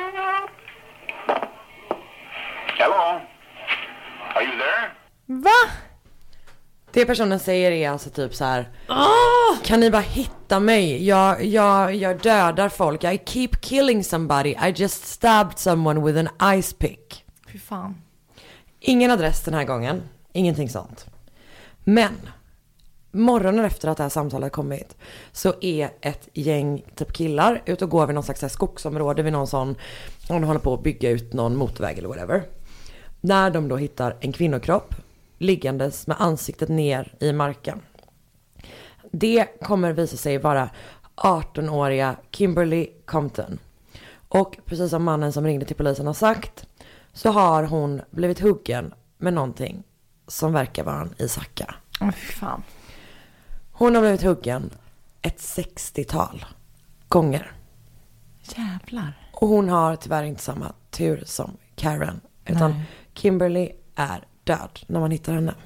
Hello? Are you there? Va? Det personen säger är alltså typ så här: kan ni bara hitta mig? Jag dödar folk. I keep killing somebody. I just stabbed someone with an ice pick. Fy fan. Ingen adress den här gången. Ingenting sånt. Men morgonen efter att det här samtalet kommit så är ett gäng typ killar ute och går vid någon slags skogsområde vid någon sån, om de håller på att bygga ut någon motorväg eller whatever. När de då hittar en kvinnokropp liggandes med ansiktet ner i marken. Det kommer visa sig vara 18-åriga Kimberly Compton. Och precis som mannen som ringde till polisen har sagt, så har hon blivit huggen med någonting som verkar vara en isacka. Fy fan. Hon har blivit huggen ett 60-tal gånger. Jävlar. Och hon har tyvärr inte samma tur som Karen. Utan Kimberly är död när man hittar henne.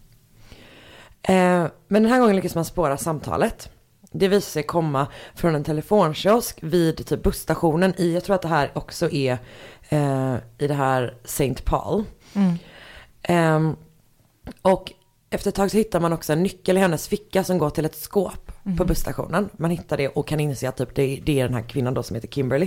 Men den här gången lyckas man spåra samtalet. Det visar sig komma från en telefonkiosk vid typ busstationen i, jag tror att det här också är i det här St. Paul. Och efter ett tag så hittar man också en nyckel i hennes ficka som går till ett skåp på busstationen. Man hittar det och kan inse att typ det är den här kvinnan då som heter Kimberly.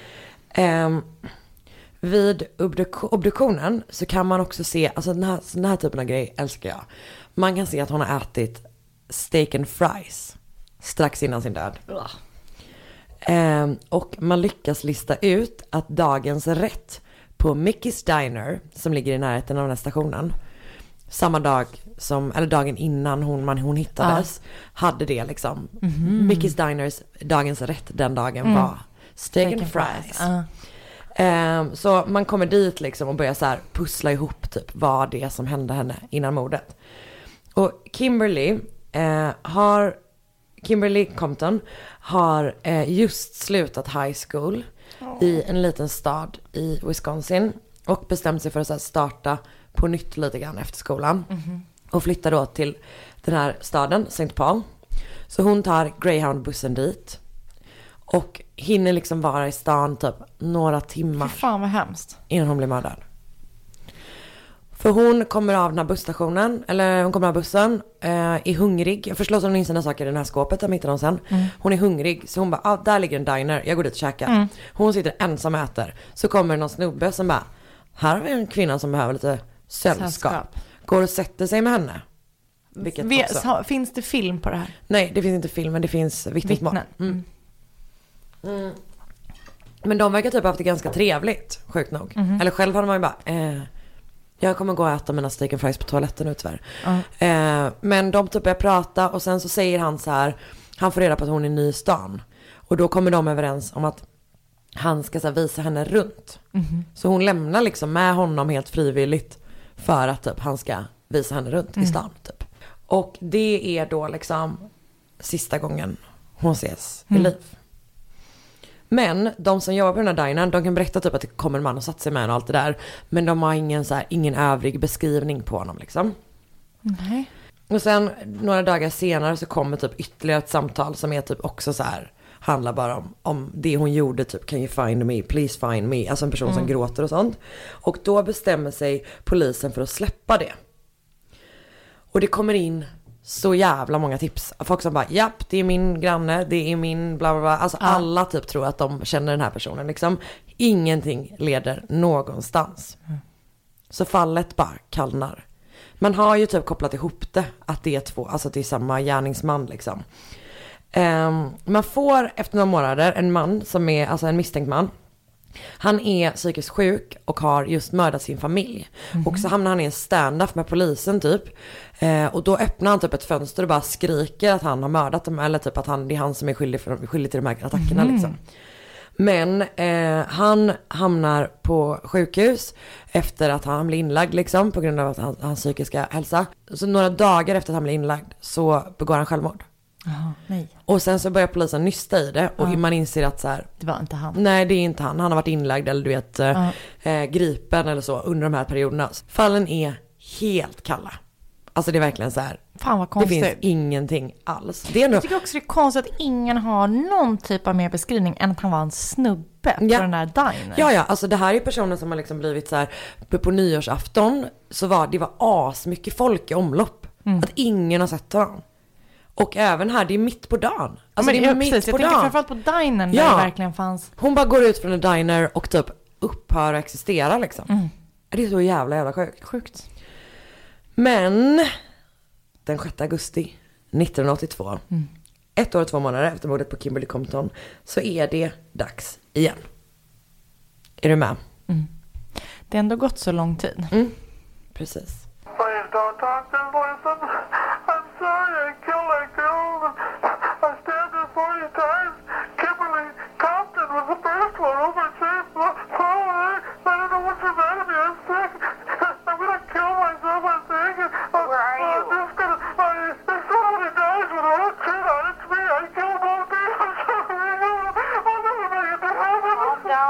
Vid obduktionen så kan man också se, alltså den här typen av grej älskar jag. Man kan se att hon har ätit steak and fries strax innan sin död. Och man lyckas lista ut att dagens rätt på Mickey's Diner, som ligger i närheten av den här stationen, samma dag som, eller dagen innan hon hittades, hade det liksom. Mickey's Diners dagens rätt den dagen var steak and fries. Så man kommer dit liksom och börjar så här pussla ihop typ vad det är som hände henne innan mordet. Och Kimberly Compton har just slutat high school i en liten stad i Wisconsin och bestämt sig för att så här starta på nytt lite grann efter skolan. Och flyttar då till den här staden, St. Paul. Så hon tar Greyhound-bussen dit och hinner liksom vara i stan typ några timmar. Fy fan vad hemskt. Innan hon blir mördad. För hon kommer av den här busstationen, eller hon kommer av bussen, är hungrig. Jag förstår att hon inser några saker i det här skåpet, jag hittar hon sen. Hon är hungrig, så hon bara, där ligger en diner, jag går dit och käkar. Hon sitter ensam och äter. Så kommer någon snubbe som bara, här har vi en kvinna som behöver lite sällskap. Går och sätter sig med henne. Finns det film på det här? Nej, det finns inte film, men det finns vittnesmål. Men de verkar typ ha haft det ganska trevligt, sjukt nog. Eller själv hade man ju bara, jag kommer gå och äta mina steak and fries på toaletten nu tyvärr. Men de typ börjar prata och sen så säger han så här, han får reda på att hon är ny i stan. Och då kommer de överens om att han ska så här visa henne runt. Så hon lämnar liksom med honom helt frivilligt för att typ han ska visa henne runt i stan typ. Och det är då liksom sista gången hon ses i liv. Men de som jobbar på den här dinern, de kan berätta typ att det kommer en man och satt sig med henne och allt det där. Men de har ingen övrig beskrivning på honom liksom. Nej. Och sen några dagar senare så kommer typ ytterligare ett samtal som är typ också så här, handlar bara om det hon gjorde typ, can you find me, please find me. Alltså en person som gråter och sånt. Och då bestämmer sig polisen för att släppa det. Och det kommer in så jävla många tips. Folk som bara, japp, det är min granne, det är min bla bla bla. Alltså alla typ tror att de känner den här personen liksom. Ingenting leder någonstans. Så fallet bara kallnar. Man har ju typ kopplat ihop det, att det är två, alltså det är samma gärningsman liksom. Man får efter några månader en man som är, alltså en misstänkt man. Han är psykiskt sjuk och har just mördat sin familj. Och så hamnar han i en stand-up med polisen typ. Och då öppnar han typ ett fönster och bara skriker att han har mördat dem. Eller typ att det är han som är skyldig till de här attackerna liksom. Men han hamnar på sjukhus efter att han blir inlagd liksom, på grund av att hans psykiska hälsa. Så några dagar efter att han blir inlagd så begår han självmord. Nej. Och sen så börjar polisen nysta i det och man inser att så här, det var inte han. Nej, det är inte han. Han har varit inlagd eller du vet gripen eller så under de här perioderna. Fallen är helt kalla. Alltså det är verkligen så här. Fan vad konstigt. Det finns ingenting alls. Det är Jag tycker också det är konstigt att ingen har någon typ av mer beskrivning än att han var en snubbe på den där diner. Ja, alltså det här är personer som har liksom blivit så här, på nyårsafton så var det asmycket folk i omlopp. Att ingen har sett honom. Och även här, det är mitt på dagen. Alltså men det är mitt precis, på dagen. Jag tänker framförallt på dinern där det verkligen fanns. Hon bara går ut från en diner och typ upphör att existera liksom. Det är så jävla sjukt. Men den 6 augusti 1982, 1 år och 2 månader efter mordet på Kimberly Compton, så är det dags igen. Är du med? Det har ändå gått så lång tid. Precis. Please don't talk to listen. I'm sorry I killed that girl. I stabbed her 40 times. Kimberly Compton was the first one over at St. Paul. I don't know what's the matter with me. I'm sick. I'm gonna kill myself. I'm sick. Where are you? If somebody dies with a kid on, it's me. I killed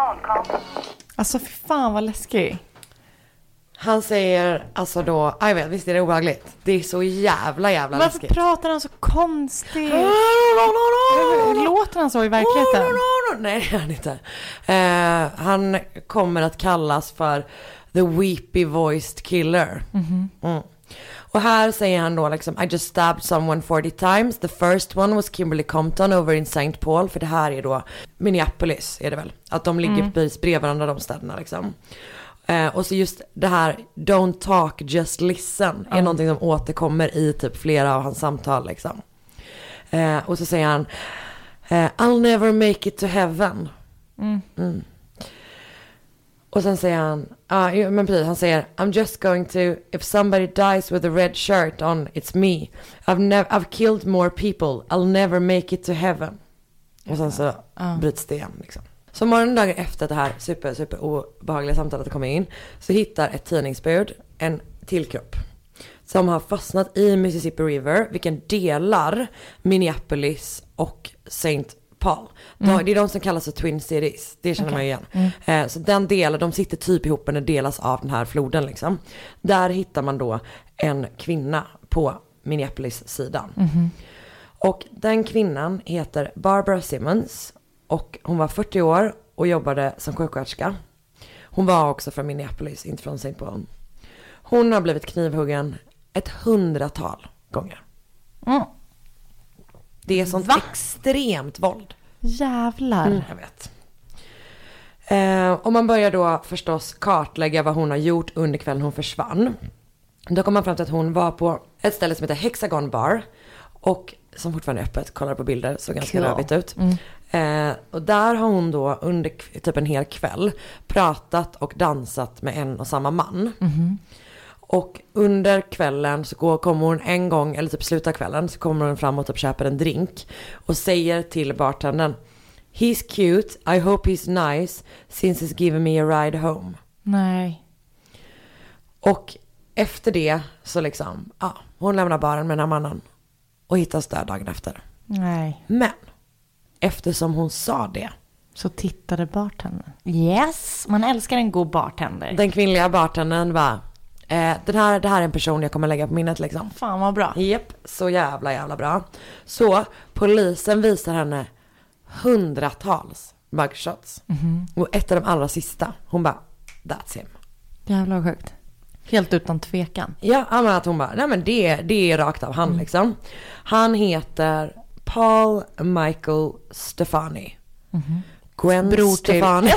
Alltså fy fan vad läskig. Han säger alltså då, jag vet, visst är det obehagligt? Det är så jävla läskigt. Varför pratar han så konstigt? Låter han så i verkligheten? Nej, det är han inte. Han kommer att kallas för the weepy voiced killer. Och här säger han då liksom, I just stabbed someone 40 times. The first one was Kimberly Compton over in St. Paul. För det här är då Minneapolis är det väl. Att de ligger precis bredvid varandra de städerna liksom. Och så just det här don't talk, just listen är någonting som återkommer i typ flera av hans samtal liksom. Och så säger han I'll never make it to heaven. Och sen säger han men precis, han säger I'm just going to, if somebody dies with a red shirt on, it's me. I've killed more people. I'll never make it to heaven. Och sen så bryts det igen liksom. Så morgondagen efter det här super obehagliga samtalet kommer in, så hittar ett tidningsbud en till kropp som har fastnat i Mississippi River, vilken delar Minneapolis och St. Paul. Det är de som kallas för Twin Cities, det känner man ju igen. Så den delen, de sitter typ ihop när det delas av den här floden liksom. Där hittar man då en kvinna på Minneapolis-sidan. Och den kvinnan heter Barbara Simmons. Och hon var 40 år och jobbade som sjuksköterska. Hon var också från Minneapolis, inte från St. Paul. Hon har blivit knivhuggen 100-tal gånger. Det är sånt extremt våld. Jävlar. Jag vet. Och man börjar då förstås kartlägga vad hon har gjort under kvällen hon försvann. Då kom man fram till att hon var på ett ställe som heter Hexagon Bar. Och som fortfarande är öppet, kollar på bilder, så ganska rövigt ut. Och där har hon då under typ en hel kväll pratat och dansat med en och samma man. Och under kvällen så kommer hon en gång, eller typ slutar kvällen, så kommer hon fram och typ köper en drink och säger till bartendern He's cute, I hope he's nice since he's given me a ride home. Nej. Och efter det så liksom, hon lämnar baren med den här mannen och hittas död dagen efter. Nej. Men eftersom hon sa det så tittade bartendern. Yes, man älskar en god bartender. Den kvinnliga bartendern var det här är en person jag kommer lägga på minnet liksom. Fan vad bra. Japp, så jävla bra. Så polisen visar henne hundratals mugshots. Och ett av de allra sista, hon bara, that's him. Jävla sjukt. Helt utan tvekan. Ja, men att hon bara, nej men det är rakt av han liksom. Han heter Paul Michael Stefani. Gwen bror Stefani.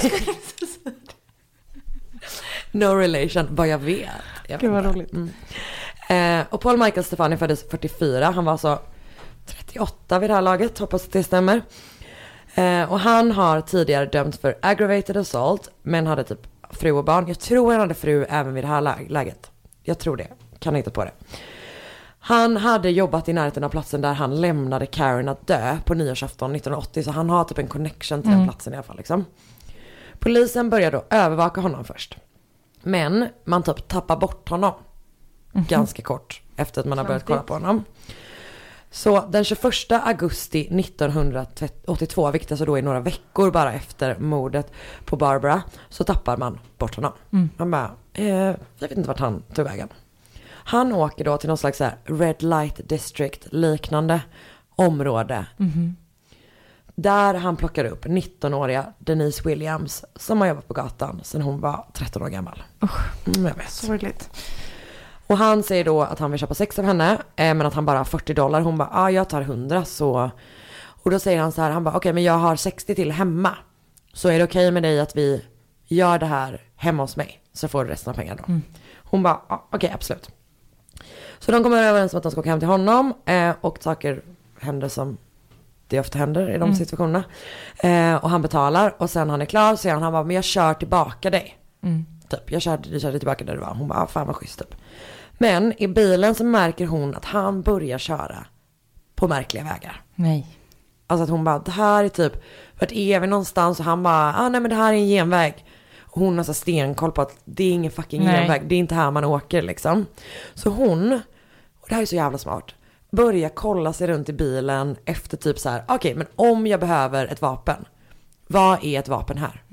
No relation, vad jag vet. Gud vad roligt. Och Paul Michael Stefani föddes 44. Han var alltså 38 vid det här laget, hoppas att det stämmer. Och han har tidigare dömts för aggravated assault, men hade typ fru och barn. Jag tror han hade fru även vid det här läget. Jag tror det, kan hitta på det. Han hade jobbat i närheten av platsen där han lämnade Karen att dö på nyårsafton 1980. Så han har typ en connection till den platsen i alla fall liksom. Polisen började då övervaka honom först. Men man typ tappar bort honom ganska kort efter att man har börjat kolla på honom. Så den 21 augusti 1982, vilket alltså då är några veckor bara efter mordet på Barbara, så tappar man bort honom. Man bara, jag vet inte vart han tog vägen. Han åker då till någon slags så här Red Light District liknande område. Där han plockar upp 19-åriga Denise Williams som har jobbat på gatan sedan hon var 13 år gammal. Jag vet. Sorgligt. Och han säger då att han vill köpa sex av henne, men att han bara har $40. Hon bara, jag tar 100 så. Och då säger han så här, han bara, okej, men jag har 60 till hemma. Så är det okej med dig att vi gör det här hemma hos mig, så får du resten av pengarna då. Hon bara, okej, absolut. Så de kommer överens om att de ska åka hem till honom, och saker händer som det ofta händer i de situationerna. Och han betalar, och sen han är klar så säger han bara, men jag kör tillbaka dig. Typ, jag körde tillbaka där du var. Hon bara, fan vad schysst typ. Men i bilen så märker hon att han börjar köra på märkliga vägar. Nej. Alltså att hon bara, det här är typ, vart är vi någonstans? Och han bara, nej men det här är en genväg. Och hon har så stenkoll på att det är ingen fucking genväg. Det är inte här man åker liksom. Så hon, och det här är så jävla smart, börjar kolla sig runt i bilen efter typ så här, okej, men om jag behöver ett vapen, vad är ett vapen här?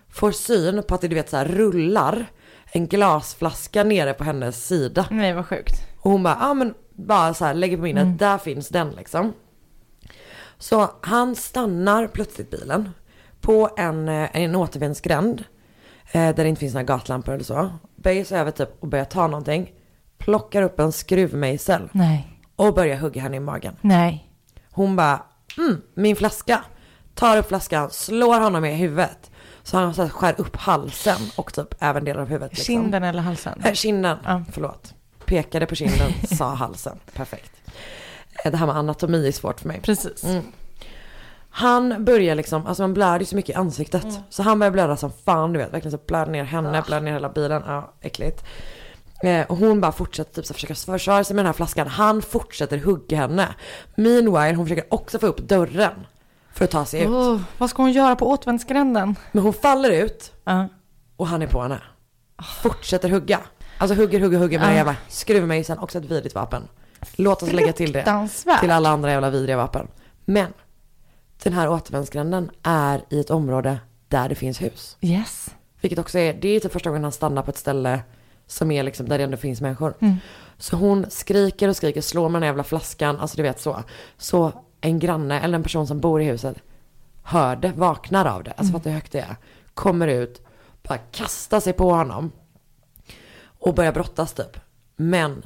får syn på att det, du vet, så här, rullar en glasflaska nere på hennes sida. Nej, vad sjukt. Och hon bara, men bara så här, lägger på minnet, där finns den liksom. Så han stannar plötsligt bilen på en återvändsgränd där det inte finns några gatlampor eller så. Böjer sig över typ och börjar ta någonting. Plockar upp en skruvmejsel. Nej. Och börjar hugga henne i magen. Nej. Hon bara, min flaska. Tar upp flaskan, slår honom i huvudet. Så han så här, skär upp halsen och typ även delar av huvudet. Liksom. Kinden eller halsen? Kinden, förlåt. Pekade på kinden, sa halsen. Perfekt. Det här med anatomi är svårt för mig. Precis. Han börjar liksom, alltså man blöder ju så mycket i ansiktet. Så han börjar blöda som fan, du vet. Verkligen så blöder ner henne, blöder ner hela bilen. Ja, äckligt. Och hon bara fortsätter typ så försöka försvara sig med den här flaskan. Han fortsätter hugga henne. Meanwhile, hon försöker också få upp dörren för att ta sig ut. Vad ska hon göra på återvändsgränden? Men hon faller ut och han är på henne. Fortsätter hugga. Alltså hugger med jävla skruvmejseln, också ett vidrigt vapen. Låt oss lägga till det till alla andra jävla vidriga vapen. Men den här återvändsgränden är i ett område där det finns hus. Yes. Vilket också är, det är typ första gången han stannar på ett ställe som är liksom där det ändå finns människor. Så hon skriker och skriker, slår med den jävla flaskan, alltså du vet så. Så en granne eller en person som bor i huset hör det, vaknar av det, alltså fattar hur högt det är. Kommer ut, bara kastar sig på honom och börjar brottas typ. Men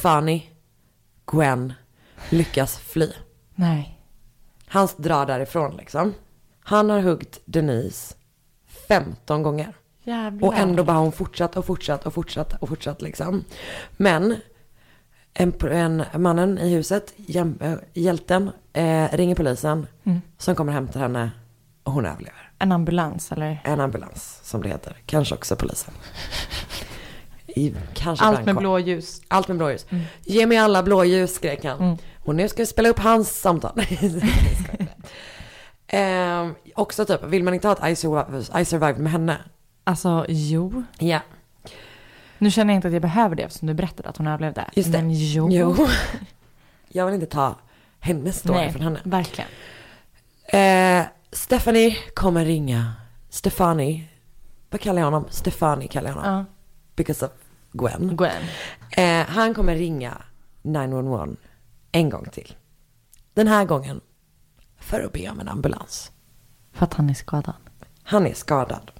Gwen lyckas fly. Nej. Han drar därifrån liksom. Han har huggt Denise 15 gånger. Jävlar. Och ändå bara hon fortsatt liksom. Men mannen i huset, hjälten, ringer polisen som kommer hem till henne och hon överlever. En ambulans eller? En ambulans som det heter. Kanske också polisen. Kanske allt med blåljus. Allt med blåljus. Ge mig alla blåljus, skrek han. Och nu ska vi spela upp hans samtal. Också typ, vill man inte ha ett I survived med henne? Alltså, jo. Ja. Nu känner jag inte att jag behöver det eftersom du berättade att hon överlevde. Just det. Men jo. Jag vill inte ta hennes story från henne. Verkligen. Stephanie kommer ringa. Vad kallar jag honom? Stefani kallar jag honom. Because of Gwen. Han kommer ringa 911 en gång till. Den här gången för att be om en ambulans. För att han är skadad. Han är skadad.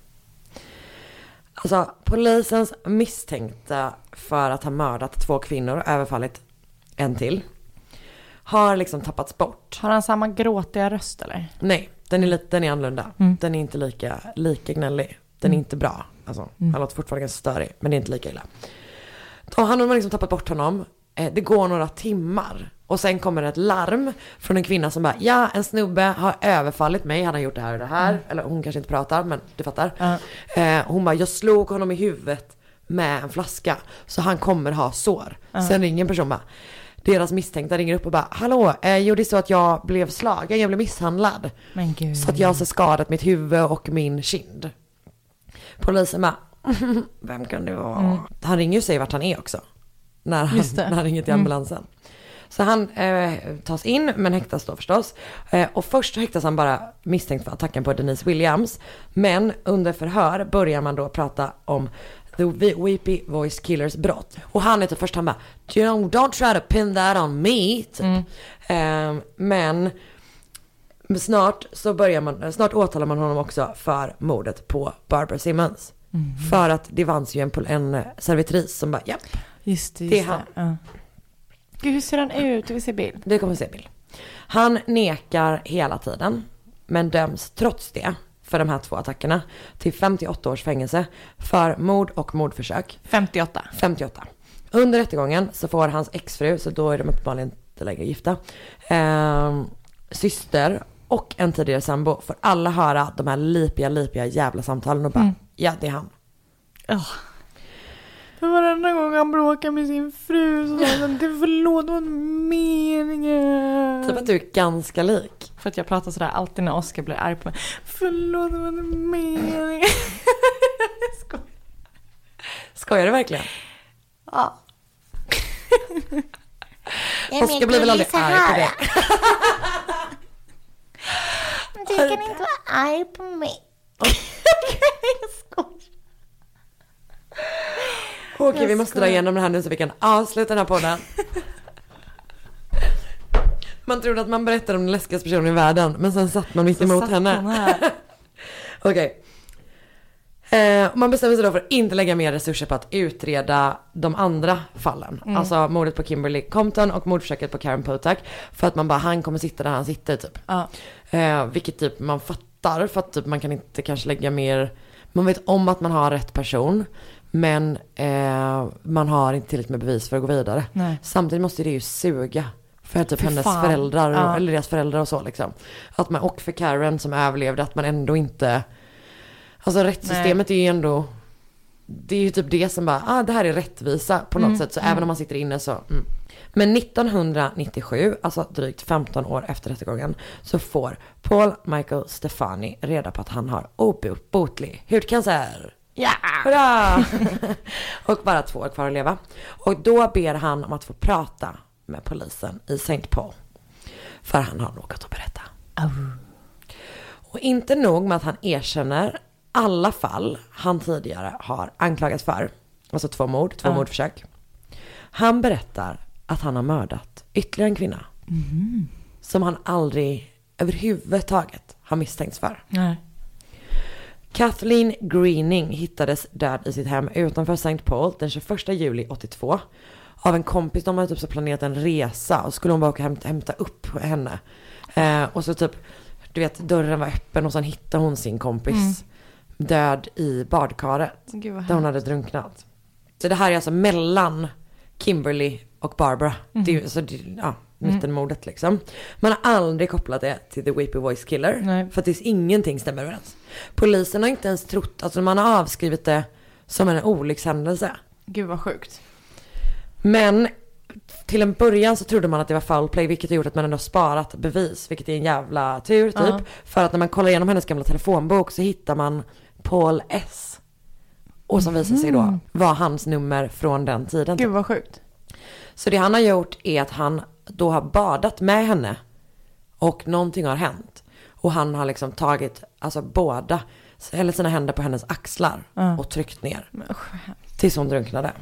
Alltså, polisens misstänkta för att ha mördat 2 kvinnor och överfallit en till har liksom tappats bort. Har han samma gråtiga röst eller? Nej, den är annorlunda. Den är inte lika gnällig. Den är inte bra. Alltså, han låter fortfarande ganska störig, men det är inte lika illa. Och han har liksom tappat bort honom. Det går några timmar. Och sen kommer ett larm från en kvinna som bara, ja, en snubbe har överfallit mig. Han har gjort det här och det här. Eller hon kanske inte pratar, men du fattar. Hon bara, jag slog honom i huvudet med en flaska. Så han kommer ha sår. Sen ringer en person bara, deras misstänkta ringer upp och bara, hallå, jo det är så att jag blev slagen, jag blev misshandlad. Men gud. Så att jag har så skadat mitt huvud och min kind. Polisen bara, vem kan det vara? Han ringer ju och säger vart han är också. När han ringer till ambulansen. Så han tas in, men häktas då förstås. Och först häktas han bara misstänkt för attacken på Denise Williams. Men under förhör börjar man då prata om The Weepy Voice Killers brott. Och han är till först, han bara, don't try to pin that on me. Typ. Men snart åtalar man honom också för mordet på Barbara Simmons. För att det vanns ju en servitris som bara, japp. Just det är han. Gud, hur ser han ut? Du vill se bild. Det kommer se bild. Han nekar hela tiden, men döms trots det för de här 2 attackerna till 58 års fängelse för mord och mordförsök. 58. Under rättegången så får hans exfru, så då är de uppenbarligen inte längre gifta, syster och en tidigare sambo får alla höra de här lipiga jävla samtalen och bara, ja, det är han. För varenda gång han bråkar med sin fru så säger han, förlåt, det var meningen. Typ att du är ganska lik. För att jag pratar sådär alltid när Oscar blir arg på mig. Förlåt, det var meningen. Skojar du verkligen? Ja. Oscar blir väl aldrig arg på det. Du kan inte vara arg på mig. Okej, vi måste dra igenom det här nu så vi kan avsluta den här podden. Man trodde att man berättade om den läskigaste personen i världen, men sen satt man mitt emot henne. Okej. Man bestämmer sig då för att inte lägga mer resurser på att utreda de andra fallen. Alltså mordet på Kimberly Compton och mordförsöket på Karen Potak. För att man bara, han kommer sitta där han sitter typ. Vilket typ man fattar, för att typ man kan inte kanske lägga mer. Man vet om att man har rätt person, men man har inte tillräckligt med bevis för att gå vidare. Nej. Samtidigt måste det ju suga för typ hennes föräldrar eller deras föräldrar och så liksom. Att man, och för Karen som överlevde, att man ändå inte. Alltså rättssystemet är ju ändå, det är ju typ det som bara, det här är rättvisa på något sätt. Så även om man sitter inne så. Men 1997, alltså drygt 15 år efter rättegången, så får Paul Michael Stefani reda på att han har obotlig hudcancer. Ja! Hurra! Och bara 2 år kvar att leva. Och då ber han om att få prata med polisen i St. Paul. För han har något att berätta. Och inte nog med att han erkänner alla fall han tidigare har anklagats för. Alltså 2 mord, 2 mordförsök. Han berättar att han har mördat ytterligare en kvinna. Som han aldrig överhuvudtaget har misstänkts för. Nej. Kathleen Greening hittades död i sitt hem utanför St. Paul den 21 juli 82. Av en kompis. De hade typ så planerat en resa. Och skulle hon bara åka hämta upp henne. Och så typ, du vet, dörren var öppen. Och sen hittade hon sin kompis död i badkaret. Där hon hade drunknat. Så det här är alltså mellan Kimberly och Barbara. Det är så, mittenmordet liksom. Man har aldrig kopplat det till The Weepy Voice Killer. Nej. För att det är ingenting stämmer överens. Polisen har inte ens trott, alltså man har avskrivit det som en olyckshändelse. Gud vad sjukt. Men till en början så trodde man att det var foul play, vilket har gjort att man ändå sparat bevis, vilket är en jävla tur typ. För att när man kollar igenom hennes gamla telefonbok så hittar man Paul S. Och som visar sig då var hans nummer från den tiden. Gud vad sjukt. Så det han har gjort är att han då har badat med henne och någonting har hänt. Och han har liksom tagit alltså båda eller sina händer på hennes axlar och tryckt ner tills hon drunknade.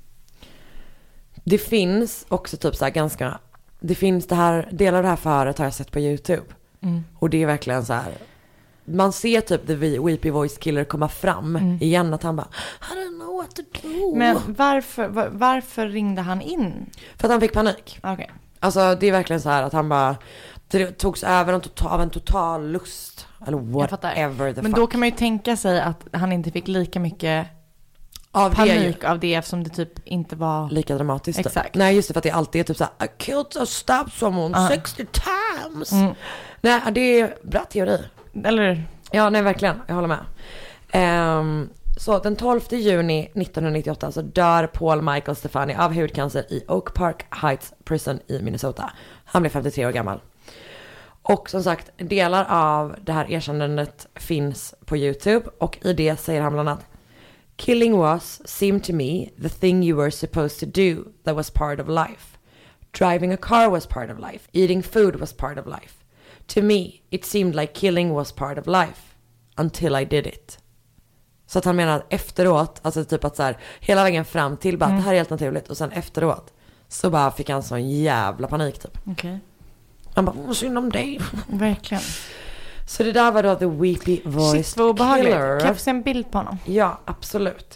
Det finns också typ så här ganska, det finns det här, delar av det här förhöret har jag sett på YouTube. Och det är verkligen så här, man ser typ The Weepy Voice Killer komma fram igen, att han bara I don't know what to do. Men varför ringde han in? För att han fick panik. Okay. Alltså det är verkligen så här att han bara, det togs över av en total lust eller whatever the Men fuck. då kan man ju tänka sig att han inte fick lika mycket av panik av det, eftersom det typ inte var lika dramatiskt. Exakt. Nej, just det, för att det alltid är typ så här I killed or stabbed someone 60 times. Nej, det är bra teori. Eller? Ja, nej verkligen, jag håller med. Så den 12 juni 1998 så dör Paul Michael Stefani av hudcancer i Oak Park Heights Prison i Minnesota. Han blev 53 år gammal. Och som sagt, delar av det här erkännandet finns på YouTube. Och i det säger han bland annat: Killing seemed to me the thing you were supposed to do that was part of life. Driving a car was part of life. Eating food was part of life. To me, it seemed like killing was part of life. Until I did it. Så att han menar att efteråt, alltså typ att så här, hela vägen fram till bara att det här är helt naturligt. Och sen efteråt så bara fick han sån jävla panik typ. Okej. Han bara, synd om dig. Verkligen. Så det där var då The Weepy Voice Killer. Kan jag få se en bild på honom? Ja, absolut.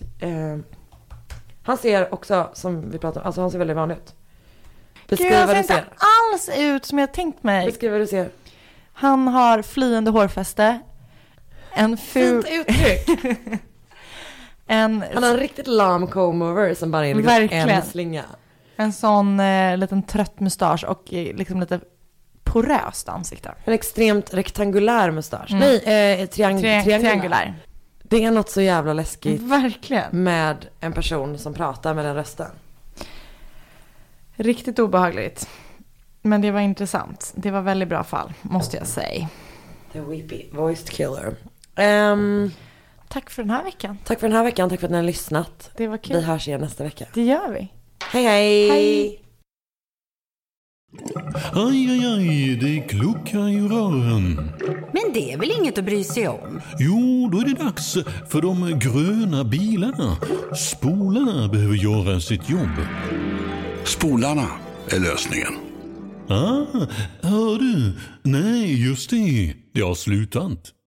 Han ser också, som vi pratade om, alltså han ser väldigt vanlig ut. Beskriv vad du ser. Inte alls ut som jag tänkt mig. Beskriv vad du ser. Han har flyende hårfäste. En ful... Fint uttryck. Han har en riktigt lam comb-over som bara är liksom en slinga. En sån liten trött mustasch och liksom lite poröst ansikte. En extremt rektangulär mustasch. Nej, triangulär. Det är något så jävla läskigt. Verkligen. Med en person som pratar med den rösten. Riktigt obehagligt. Men det var intressant. Det var väldigt bra fall, måste jag säga. The Weepy Voiced Killer. Tack för den här veckan. Tack för den här veckan. Tack för att ni har lyssnat. Det var kul. Vi hörs igen nästa vecka. Det gör vi. Hej hej. Hej. Aj, aj, aj, det kluckar i rören. Men det är väl inget att bry sig om? Jo, då är det dags för de gröna bilarna. Spolarna behöver göra sitt jobb. Spolarna är lösningen. Hör du? Nej, just det. Det har slutat.